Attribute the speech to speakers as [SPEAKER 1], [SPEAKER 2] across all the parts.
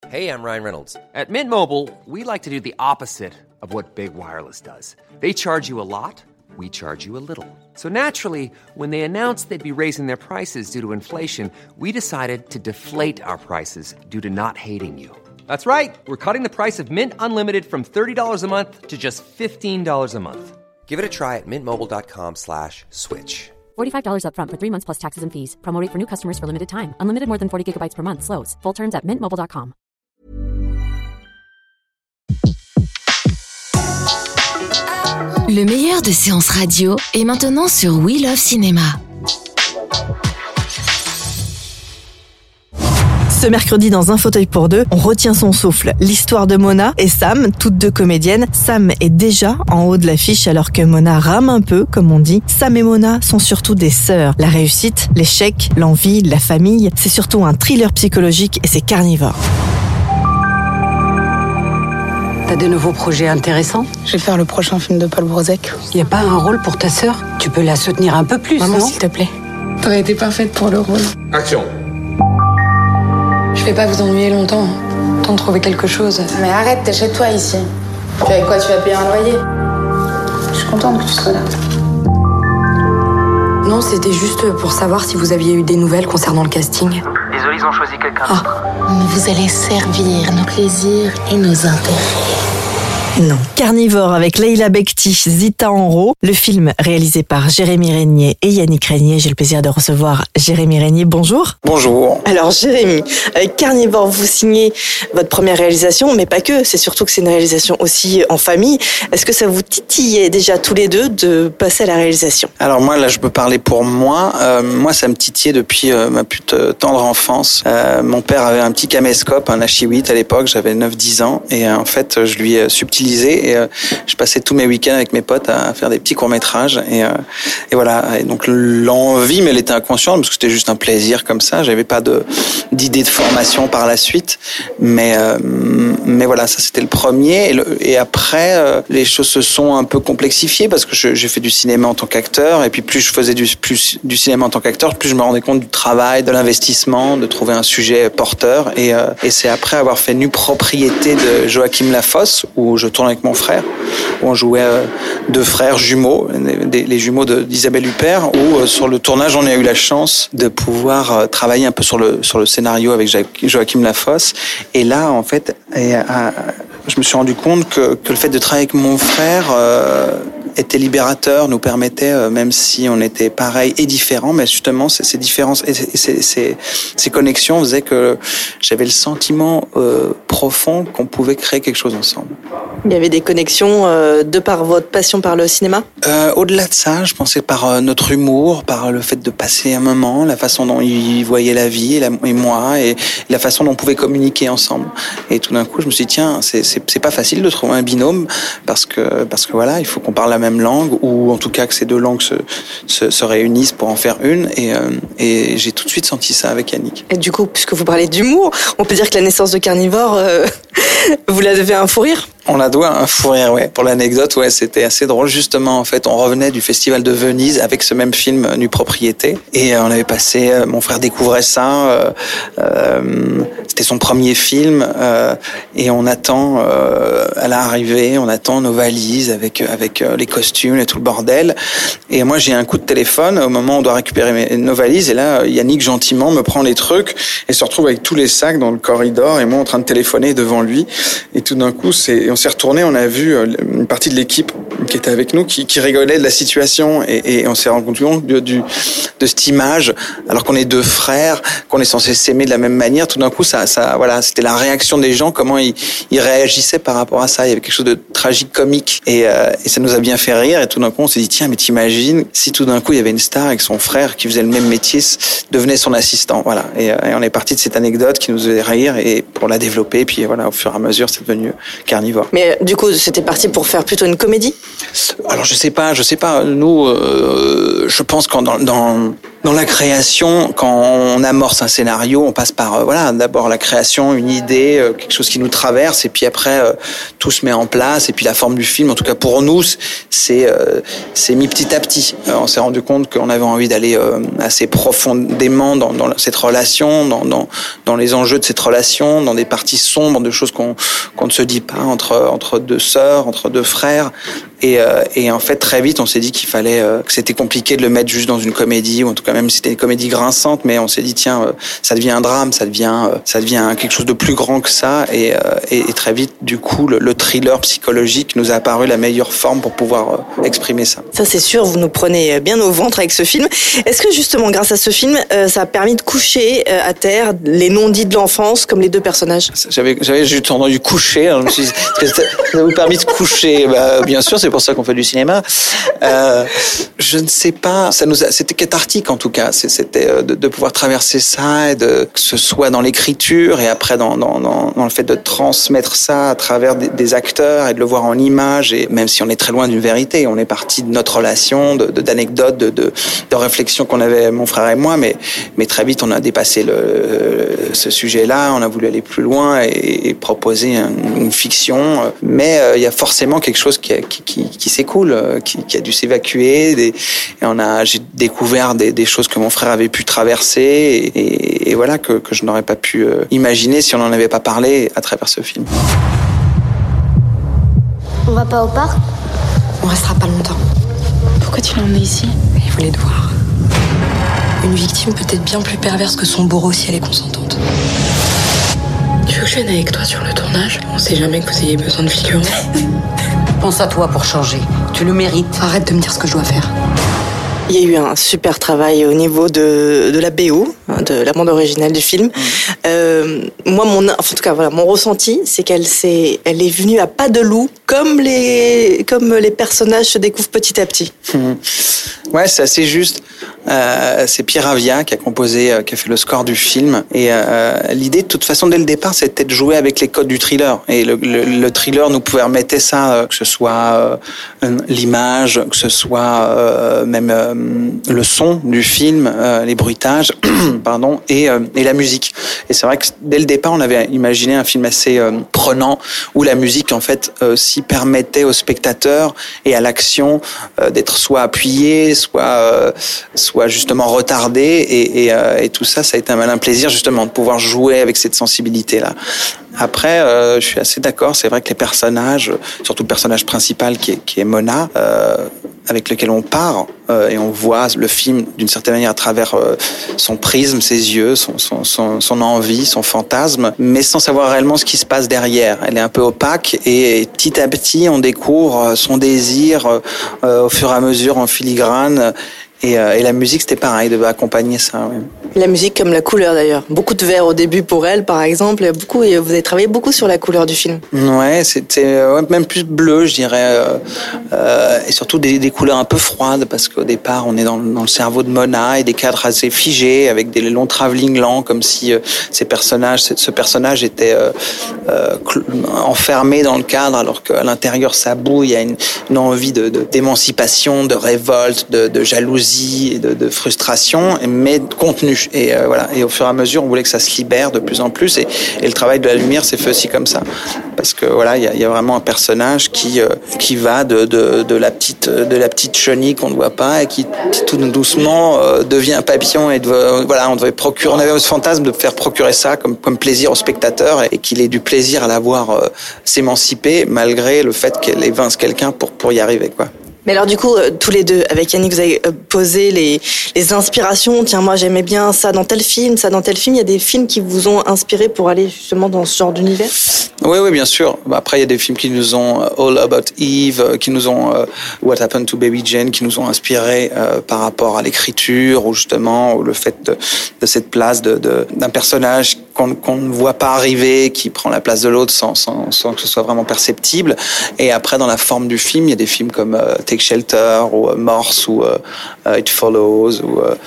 [SPEAKER 1] Hey, I'm Ryan Reynolds. At Mint Mobile, we like to do the opposite of what Big Wireless does. They charge you a lot, we charge you a little. So naturally, when they announced they'd be raising their prices due to inflation, we decided to deflate our prices due to not hating you. That's right. We're cutting the price of Mint Unlimited from $30 a month to just $15 a month. Give it a try at mintmobile.com/switch.
[SPEAKER 2] $45 up front for 3 months plus taxes and fees. Promo rate for new customers for limited time. Unlimited more than 40 gigabytes per month. Slows full terms at mintmobile.com.
[SPEAKER 3] Le meilleur de séances radio est maintenant sur We Love Cinéma.
[SPEAKER 4] Ce mercredi, dans Un fauteuil pour deux, on retient son souffle. L'histoire de Mona et Sam, toutes deux comédiennes. Sam est déjà en haut de l'affiche alors que Mona rame un peu, comme on dit. Sam et Mona sont surtout des sœurs. La réussite, l'échec, l'envie, la famille, c'est surtout un thriller psychologique et c'est carnivore.
[SPEAKER 5] T'as de nouveaux projets intéressants?
[SPEAKER 6] Je vais faire le prochain film de Paul Brouzek.
[SPEAKER 5] Y a pas un rôle pour ta sœur? Tu peux la soutenir un peu plus,
[SPEAKER 6] Maman,
[SPEAKER 5] non?
[SPEAKER 6] s'il te plaît. T'aurais été parfaite pour le rôle.
[SPEAKER 7] Action.
[SPEAKER 6] Je vais pas vous ennuyer longtemps. Temps de trouver quelque chose.
[SPEAKER 8] Mais arrête, t'es chez toi ici. Puis avec quoi tu vas payer un loyer? Je suis contente que tu sois là.
[SPEAKER 9] Non, c'était juste pour savoir si vous aviez eu des nouvelles concernant le casting.
[SPEAKER 10] Désolé, ils ont choisi quelqu'un d'autre.
[SPEAKER 8] Vous allez servir nos plaisirs et nos intérêts.
[SPEAKER 4] Non. Carnivore avec Leila Bekti, Zita Enro, le film réalisé par Jérémy Régnier et Yannick Régnier. J'ai le plaisir de recevoir Jérémy Régnier. Bonjour.
[SPEAKER 11] Bonjour.
[SPEAKER 4] Alors Jérémy, avec Carnivore, vous signez votre première réalisation, mais pas que, c'est surtout que c'est une réalisation aussi en famille. Est-ce que ça vous titillait déjà tous les deux de passer à la réalisation?
[SPEAKER 11] Alors moi, là, je peux parler pour moi. Moi, ça me titillait depuis ma plus tendre enfance. Mon père avait un petit caméscope, un H8 à l'époque, j'avais 9-10 ans, et en fait, je lui utilisé et je passais tous mes week-ends avec mes potes à faire des petits courts-métrages et voilà. Et donc l'envie, mais elle était inconsciente parce que c'était juste un plaisir comme ça. J'avais pas d'idée de formation par la suite, mais voilà, ça c'était le premier. Et après, les choses se sont un peu complexifiées parce que j'ai fait du cinéma en tant qu'acteur et puis plus je faisais du cinéma en tant qu'acteur, plus je me rendais compte du travail, de l'investissement, de trouver un sujet porteur. Et c'est après avoir fait Nue Propriété de Joachim Lafosse où je tourne avec mon frère, où on jouait deux frères jumeaux, les jumeaux d'Isabelle Huppert, où sur le tournage on a eu la chance de pouvoir travailler un peu sur le scénario avec Joachim Lafosse. Et là en fait, je me suis rendu compte que le fait de travailler avec mon frère était libérateur, nous permettait, même si on était pareil et différents, mais justement ces différences et ces connexions faisaient que j'avais le sentiment profond qu'on pouvait créer quelque chose ensemble.
[SPEAKER 4] Il y avait des connexions de par votre passion par le cinéma?
[SPEAKER 11] Au-delà de ça, je pensais par notre humour, par le fait de passer un moment, la façon dont il voyait la vie et moi, et la façon dont on pouvait communiquer ensemble. Et tout d'un coup, je me suis dit, tiens, c'est pas facile de trouver un binôme parce que voilà, il faut qu'on parle la même langue, ou en tout cas que ces deux langues se réunissent pour en faire une. Et j'ai tout de suite senti ça avec Yannick.
[SPEAKER 4] Et du coup, puisque vous parlez d'humour, on peut dire que la naissance de Carnivore, vous la devez à un fou rire?
[SPEAKER 11] On la doit un fou rire, ouais. Pour l'anecdote, ouais, c'était assez drôle. Justement, en fait, on revenait du Festival de Venise avec ce même film, Nue Propriété. Et on avait passé, mon frère découvrait ça, c'était son premier film, et on attend, à l'arrivée, on attend nos valises avec les costumes et tout le bordel. Et moi, j'ai un coup de téléphone au moment où on doit récupérer nos valises. Et là, Yannick, gentiment, me prend les trucs et se retrouve avec tous les sacs dans le corridor et moi en train de téléphoner devant lui. Et tout d'un coup, on s'est retourné, on a vu une partie de l'équipe qui était avec nous, qui rigolait de la situation, et on s'est rendu compte de cette image, alors qu'on est deux frères, qu'on est censé s'aimer de la même manière. Tout d'un coup, ça, voilà, c'était la réaction des gens, comment ils réagissaient par rapport à ça. Il y avait quelque chose de tragique, comique, et ça nous a bien fait rire. Et tout d'un coup, on s'est dit, tiens, mais t'imagines si tout d'un coup il y avait une star avec son frère qui faisait le même métier, devenait son assistant, voilà. Et on est parti de cette anecdote qui nous faisait rire, et pour la développer, puis voilà, au fur et à mesure, c'est devenu Carnivore.
[SPEAKER 4] Mais du coup, c'était parti pour faire plutôt une comédie?
[SPEAKER 11] Alors je sais pas. Nous, je pense qu'en dans Dans la création, quand on amorce un scénario, on passe par d'abord la création, une idée, quelque chose qui nous traverse, et puis après tout se met en place, et puis la forme du film, en tout cas pour nous, c'est mis petit à petit. On s'est rendu compte qu'on avait envie d'aller assez profondément dans cette relation, dans les enjeux de cette relation, dans des parties sombres, de choses qu'on ne se dit pas entre deux sœurs, entre deux frères. Et en fait, très vite, on s'est dit qu'il fallait que c'était compliqué de le mettre juste dans une comédie, ou en tout cas même si c'était une comédie grinçante, mais on s'est dit tiens, ça devient un drame, ça devient quelque chose de plus grand que ça, et très vite, du coup, le thriller psychologique nous a apparu la meilleure forme pour pouvoir exprimer ça.
[SPEAKER 4] Ça c'est sûr, vous nous prenez bien au ventre avec ce film. Est-ce que justement, grâce à ce film, ça a permis de coucher à terre les non-dits de l'enfance, comme les deux personnages?
[SPEAKER 11] J'avais juste entendu coucher, alors je me suis dit, ça vous a permis de coucher? Bien sûr, c'est pour ça qu'on fait du cinéma. Je ne sais pas, c'était cathartique en tout cas. C'était de pouvoir traverser ça, et que ce soit dans l'écriture et après dans le fait de transmettre ça à travers des acteurs et de le voir en images. Et même si on est très loin d'une vérité, on est parti de notre relation, d'anecdotes, de réflexions qu'on avait mon frère et moi, mais très vite on a dépassé ce sujet-là. On a voulu aller plus loin et proposer une fiction. Mais il y a forcément quelque chose qui s'écoule, qui a dû s'évacuer. J'ai découvert des choses que mon frère avait pu traverser et voilà que je n'aurais pas pu imaginer si on n'en avait pas parlé à travers ce film.
[SPEAKER 7] On va pas au parc?
[SPEAKER 9] On restera pas longtemps.
[SPEAKER 6] Pourquoi tu l'as emmené ici?
[SPEAKER 9] Il voulait te voir. Une victime peut être bien plus perverse que son bourreau si elle est consentante.
[SPEAKER 6] Tu veux que je vienne avec toi sur le tournage? On sait jamais que vous ayez besoin de figurants.
[SPEAKER 5] Pense à toi pour changer. Tu le mérites.
[SPEAKER 9] Arrête de me dire ce que je dois faire.
[SPEAKER 4] Il y a eu un super travail au niveau de la BO, de la bande originale du film. Moi, en tout cas, voilà, mon ressenti, c'est qu'elle est venue à pas de loup, comme les personnages se découvrent petit à petit.
[SPEAKER 11] Ouais, c'est assez juste. C'est Pierre Avia qui a fait le score du film. Et l'idée, de toute façon, dès le départ, c'était de jouer avec les codes du thriller. Et le thriller nous permettait ça, que ce soit l'image, que ce soit même le son du film, les bruitages, pardon, et la musique. Et c'est vrai que dès le départ, on avait imaginé un film assez prenant, où la musique, en fait, s'y permettait au spectateur et à l'action d'être soit appuyée, soit justement retardée, et tout ça, ça a été un malin plaisir justement de pouvoir jouer avec cette sensibilité-là. Après, je suis assez d'accord, c'est vrai que les personnages, surtout le personnage principal qui est Mona, avec lequel on part, et on voit le film d'une certaine manière à travers son prisme, ses yeux, son envie, son fantasme, mais sans savoir réellement ce qui se passe derrière. Elle est un peu opaque, et petit à petit on découvre son désir au fur et à mesure en filigrane. Et la musique, c'était pareil, devait accompagner ça. Ouais.
[SPEAKER 4] La musique comme la couleur d'ailleurs. Beaucoup de vert au début pour elle, par exemple. Vous avez travaillé beaucoup sur la couleur du film.
[SPEAKER 11] Ouais, c'était même plus bleu, je dirais. Et surtout des couleurs un peu froides, parce qu'au départ, on est dans le cerveau de Mona, et des cadres assez figés, avec des longs travelling lents, comme si ce personnage était enfermé dans le cadre, alors qu'à l'intérieur, ça bouille. Il y a une envie d'émancipation, de révolte, de jalousie, et de frustration, mais contenu. Et voilà. Et au fur et à mesure, on voulait que ça se libère de plus en plus. Et le travail de la lumière s'est fait aussi comme ça, parce que voilà, il y a vraiment un personnage qui va de la petite chenille qu'on ne voit pas, et qui tout doucement devient un papillon. Et on avait ce fantasme de faire procurer ça comme plaisir au spectateur, et qu'il ait du plaisir à la voir s'émanciper, malgré le fait qu'elle évince quelqu'un pour y arriver, quoi.
[SPEAKER 4] Mais alors du coup, tous les deux, avec Yannick, vous avez posé les inspirations. Tiens, moi j'aimais bien ça dans tel film, ça dans tel film. Il y a des films qui vous ont inspiré pour aller justement dans ce genre d'univers?
[SPEAKER 11] Oui, bien sûr. Après, il y a des films qui nous ont All About Eve, qui nous ont What Happened to Baby Jane, qui nous ont inspiré par rapport à l'écriture, ou justement le fait de cette place d'un personnage qu'on ne voit pas arriver, qui prend la place de l'autre sans que ce soit vraiment perceptible. Et après, dans la forme du film, il y a des films comme Take Shelter, ou Morse, ou It Follows,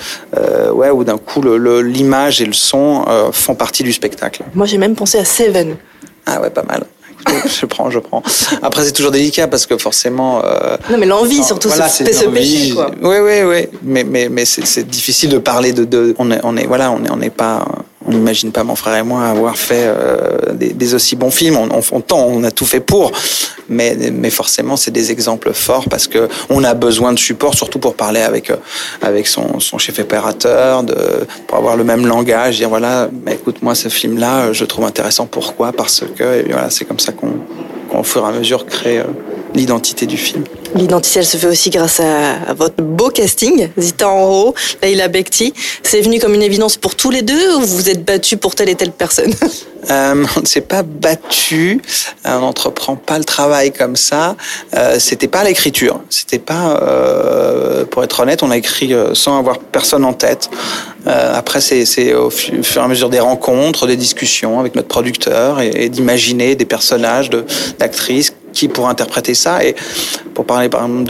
[SPEAKER 11] où d'un coup l'image et le son font partie du spectacle.
[SPEAKER 4] Moi, j'ai même pensé à Seven.
[SPEAKER 11] Ah ouais, pas mal. Je prends. Après, c'est toujours délicat parce que forcément.
[SPEAKER 4] Non, mais l'envie surtout,
[SPEAKER 11] voilà,
[SPEAKER 4] c'est ce péché, quoi.
[SPEAKER 11] Oui. Mais c'est difficile de parler de. On n'est pas. On n'imagine pas, mon frère et moi, avoir fait des aussi bons films. On a tout fait pour, mais forcément, c'est des exemples forts parce que on a besoin de support, surtout pour parler avec son chef opérateur, pour avoir le même langage, dire voilà, mais écoute, moi, ce film-là, je le trouve intéressant. Pourquoi ? Parce que, et voilà, c'est comme ça qu'on au fur et à mesure crée l'identité du film.
[SPEAKER 4] L'identité, elle se fait aussi grâce à votre beau casting, Zita Enro, Leïla Bekti. C'est venu comme une évidence pour tous les deux ou vous vous êtes battus pour telle et telle personne ?
[SPEAKER 11] On ne s'est pas battu, on n'entreprend pas le travail comme ça. C'était pas l'écriture, c'était pas, pour être honnête, on a écrit sans avoir personne en tête. Après, c'est au fur et à mesure des rencontres, des discussions avec notre producteur et d'imaginer des personnages, d'actrices qui pourraient interpréter ça. Et pour parler par exemple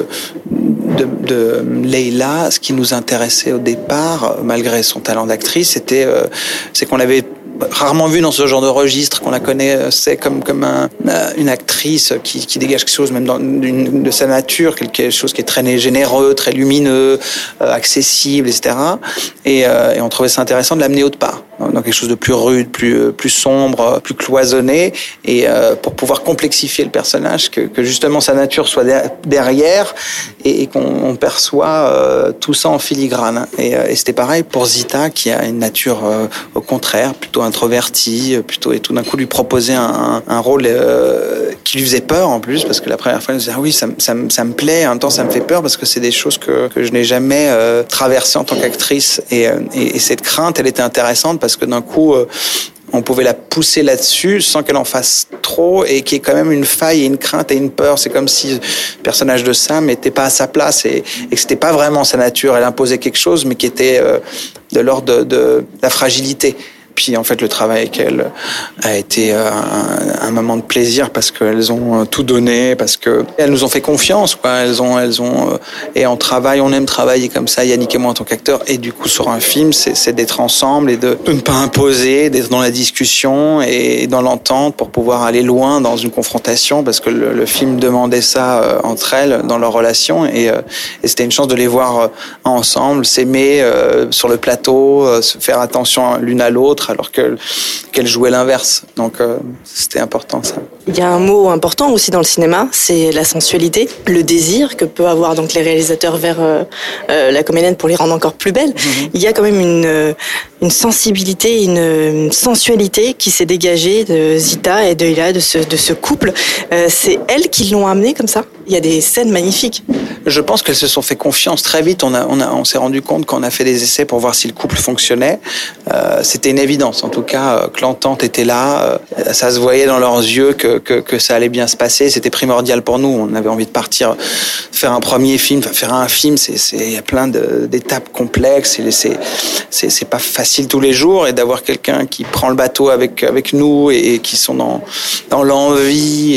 [SPEAKER 11] de Leïla, ce qui nous intéressait au départ, malgré son talent d'actrice, c'est qu'on l'avait rarement vue dans ce genre de registre, qu'on la connaissait comme une actrice qui dégage quelque chose même de sa nature, quelque chose qui est très généreux, très lumineux, accessible, etc. Et on trouvait ça intéressant de l'amener autre part, dans quelque chose de plus rude, plus sombre, plus cloisonné, et pour pouvoir complexifier le personnage, que justement sa nature soit derrière et qu'on perçoit tout ça en filigrane. Et c'était pareil pour Zita, qui a une nature au contraire plutôt introvertie, et tout d'un coup lui proposer un rôle qui lui faisait peur en plus, parce que la première fois elle nous disait ah oui, ça me plaît, en même temps ça me fait peur parce que c'est des choses que je n'ai jamais traversées en tant qu'actrice, et cette crainte, elle était intéressante parce que d'un coup on pouvait la pousser là-dessus sans qu'elle en fasse trop, et qu'il y ait quand même une faille et une crainte et une peur. C'est comme si le personnage de Sam n'était pas à sa place et que c'était pas vraiment sa nature. Elle imposait quelque chose, mais qui était de l'ordre de la fragilité. Puis en fait, le travail avec elle a été un moment de plaisir parce qu'elles ont tout donné, parce que elles nous ont fait confiance, quoi. Elles ont et on aime travailler comme ça, Yannick et moi en tant qu'acteurs. Et du coup, sur un film, c'est d'être ensemble et de ne pas imposer, d'être dans la discussion et dans l'entente pour pouvoir aller loin dans une confrontation, parce que le film demandait ça entre elles dans leur relation, et c'était une chance de les voir ensemble, s'aimer sur le plateau, se faire attention l'une à l'autre, alors qu'elle jouait l'inverse. Donc c'était important, ça.
[SPEAKER 4] Il y a un mot important aussi dans le cinéma, c'est la sensualité, le désir que peuvent avoir donc les réalisateurs vers la comédienne pour les rendre encore plus belles. Mm-hmm. Il y a quand même une sensibilité, une sensualité qui s'est dégagée de Zita et de Leïla, de ce couple. C'est elles qui l'ont amené comme ça. Il y a des scènes magnifiques.
[SPEAKER 11] Je pense qu'elles se sont fait confiance très vite. On s'est rendu compte quand on a fait des essais pour voir si le couple fonctionnait. C'était une évidence, en tout cas, que l'entente était là. Ça se voyait dans leurs yeux que ça allait bien se passer. C'était primordial pour nous. On avait envie de partir faire un premier film. Faire un film, il y a plein d'étapes complexes. C'est pas facile tous les jours, et d'avoir quelqu'un qui prend le bateau avec nous et qui sont dans l'envie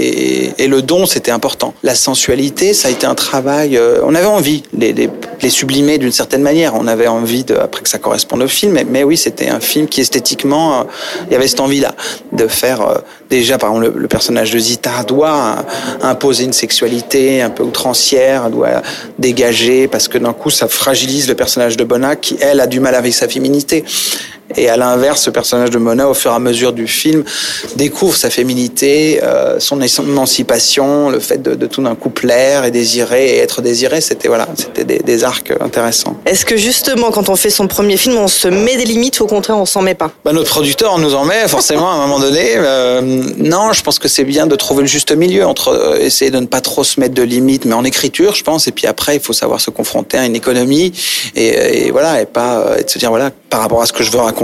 [SPEAKER 11] et le don, c'était important. La sensualité, ça a été un travail. On avait envie de les sublimer d'une certaine manière. On avait envie après que ça corresponde au film, mais oui, c'était un film qui esthétiquement, il y avait cette envie-là de faire. Déjà, par exemple, le personnage de Zita doit imposer une sexualité un peu outrancière, doit dégager, parce que d'un coup, ça fragilise le personnage de Mona, qui, elle, a du mal avec sa féminité. Et à l'inverse, ce personnage de Mona, au fur et à mesure du film, découvre sa féminité, son émancipation, le fait de tout d'un coup plaire et désirer et être désiré. C'était des arcs intéressants.
[SPEAKER 4] Est-ce que justement, quand on fait son premier film, on se met des limites ou au contraire, on s'en met pas ?
[SPEAKER 11] Notre producteur nous en met forcément à un moment donné. Non, je pense que c'est bien de trouver le juste milieu entre essayer de ne pas trop se mettre de limites, mais en écriture, je pense. Et puis après, il faut savoir se confronter à une économie et voilà, et pas et de se dire voilà, par rapport à ce que je veux raconter,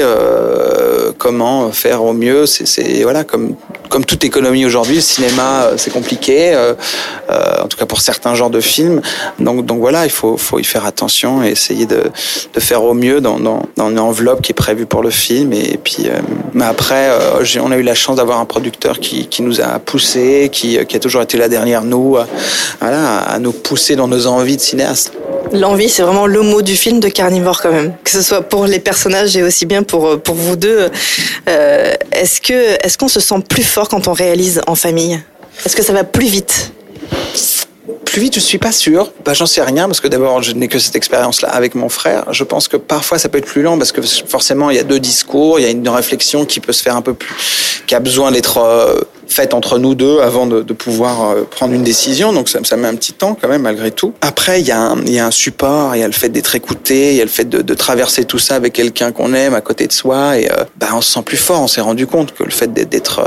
[SPEAKER 11] comment faire au mieux. C'est voilà, comme toute économie aujourd'hui, le cinéma c'est compliqué, en tout cas pour certains genres de films. Donc voilà, il faut y faire attention et essayer de faire au mieux dans une enveloppe qui est prévue pour le film. Et puis, mais après, on a eu la chance d'avoir un producteur qui nous a poussé, qui a toujours été là derrière nous, à nous pousser dans nos envies de cinéaste.
[SPEAKER 4] L'envie, c'est vraiment le mot du film de Carnivore quand même. Que ce soit pour les personnages et aussi bien pour vous deux. Est-ce qu'on se sent plus fort quand on réalise en famille ? Est-ce que ça va plus vite ?
[SPEAKER 11] Plus vite, je suis pas sûr. J'en sais rien parce que d'abord, je n'ai que cette expérience-là avec mon frère. Je pense que parfois, ça peut être plus lent parce que forcément, il y a 2 discours, il y a une réflexion qui peut se faire un peu plus, qui a besoin d'être faite entre nous deux avant de pouvoir prendre une décision. Donc ça met un petit temps quand même malgré tout. Après, il y a un support, il y a le fait d'être écouté, il y a le fait de traverser tout ça avec quelqu'un qu'on aime à côté de soi et on se sent plus fort. On s'est rendu compte que le fait d'être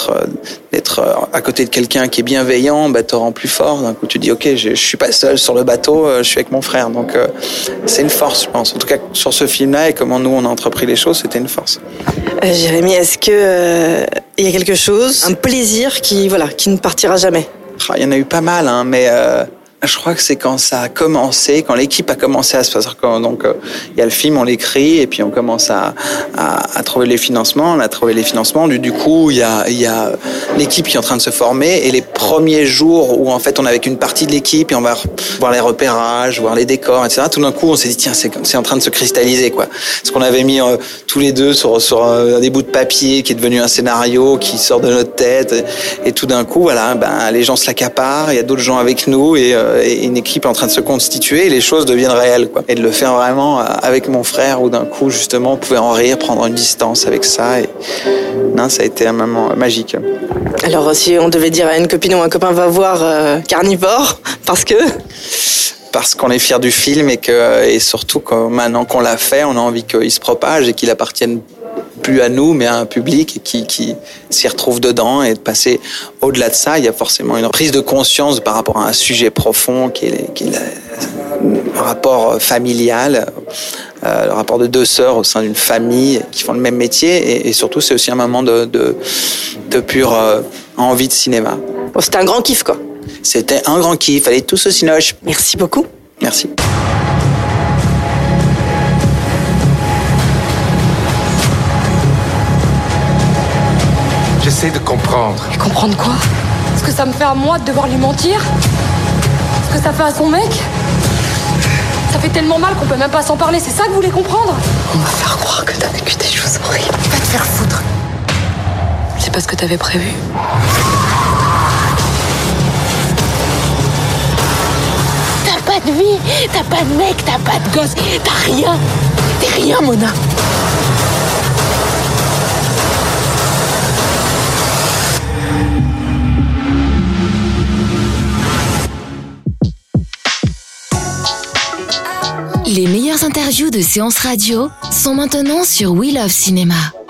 [SPEAKER 11] à côté de quelqu'un qui est bienveillant, te rend plus fort. D'un coup, tu dis ok, je suis pas seul sur le bateau, je suis avec mon frère. Donc c'est une force, je pense. En tout cas, sur ce film-là et comment nous on a entrepris les choses, c'était une force.
[SPEAKER 4] Jérémy, est-ce que il y a quelque chose, un plaisir qui ne partira jamais?
[SPEAKER 11] Il y en a eu pas mal, mais je crois que c'est quand ça a commencé, quand l'équipe a commencé à se faire. Donc, il y a le film, on l'écrit, et puis on commence à trouver les financements. On a trouvé les financements. Du coup, il y a l'équipe qui est en train de se former. Et les premiers jours où, en fait, on est avec une partie de l'équipe et on va voir les repérages, voir les décors, etc. Tout d'un coup, on s'est dit, tiens, c'est en train de se cristalliser, quoi. Ce qu'on avait mis tous les deux sur des bouts de papier qui est devenu un scénario qui sort de notre tête. Et tout d'un coup, les gens se l'accaparent. Il y a d'autres gens avec nous et une équipe est en train de se constituer et les choses deviennent réelles, quoi. Et de le faire vraiment avec mon frère où d'un coup, justement, on pouvait en rire, prendre une distance avec ça. Et ça a été un moment magique.
[SPEAKER 4] Alors, si on devait dire à une copine ou un copain, va voir Carnivore, parce qu'on est fiers du film et surtout que maintenant qu'on l'a fait, on a envie qu'il se propage et qu'il appartienne plus à nous, mais à un public qui s'y retrouve dedans et de passer au-delà de ça. Il y a forcément une prise de conscience par rapport à un sujet profond qui est le rapport familial, le rapport de 2 sœurs au sein d'une famille qui font le même métier et surtout c'est aussi un moment de pure envie de cinéma. Bon, c'était un grand kiff, quoi.
[SPEAKER 11] C'était un grand kiff. Allez tous au Cinoche.
[SPEAKER 4] Merci beaucoup.
[SPEAKER 11] Merci.
[SPEAKER 7] J'essaie de comprendre.
[SPEAKER 9] Et comprendre quoi? Ce que ça me fait à moi de devoir lui mentir? Ce que ça fait à son mec? Ça fait tellement mal qu'on peut même pas s'en parler, c'est ça que vous voulez comprendre?
[SPEAKER 5] On va faire croire que t'as vécu des choses horribles.
[SPEAKER 9] Va te faire foutre. C'est pas ce que t'avais prévu.
[SPEAKER 3] T'as pas de vie, t'as pas de mec, t'as pas de gosse, t'as rien. T'es rien, Mona. Les meilleures interviews de Séance Radio sont maintenant sur We Love Cinéma.